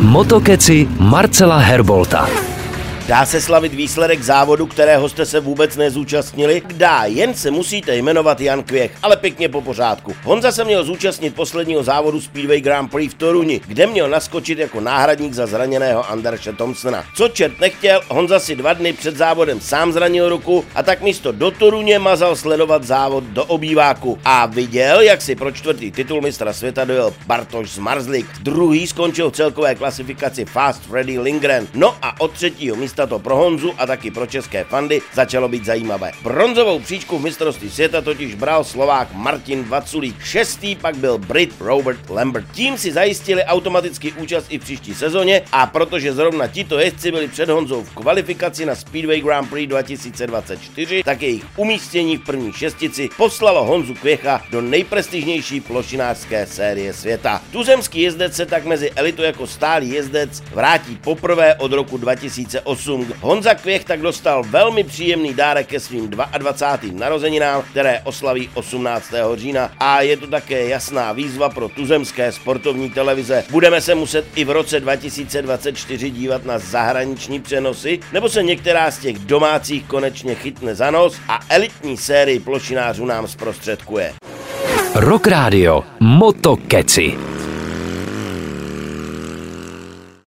Motokeci Marcela Herbolta. Dá se slavit výsledek závodu, kterého jste se vůbec nezúčastnili? Dá, jen se musíte jmenovat Jan Kvěch, ale pěkně po pořádku. Honza se měl zúčastnit posledního závodu Speedway Grand Prix v Toruni, kde měl naskočit jako náhradník za zraněného Anderse Thompsona. Co čert nechtěl, Honza si 2 dny před závodem sám zranil ruku a tak místo do Toruně mazal sledovat závod do obýváku. A viděl, jak si pro 4. titul mistra světa dojel Bartoš Zmarzlik. Druhý skončil v celkové klasifikaci Fast Freddy Lindgren. No a od 3. místa to pro Honzu a taky pro české fandy začalo být zajímavé. Bronzovou příčku v mistrovství světa totiž bral Slovák Martin Vaculík, 6. pak byl Brit Robert Lambert. Tím si zajistili automaticky účast i v příští sezóně a protože zrovna tito jezdci byli před Honzou v kvalifikaci na Speedway Grand Prix 2024, tak jejich umístění v první šestici poslalo Honzu Kvěcha do nejprestižnější plošinářské série světa. Tuzemský jezdec se tak mezi elitu jako stálý jezdec vrátí poprvé od roku 2008. Honza Kvěch tak dostal velmi příjemný dárek ke svým 22. narozeninám, které oslaví 18. října. A je to také jasná výzva pro tuzemské sportovní televize. Budeme se muset i v roce 2024 dívat na zahraniční přenosy, nebo se některá z těch domácích konečně chytne za nos a elitní sérii plošinářů nám zprostředkuje. Rock Radio Motokeci.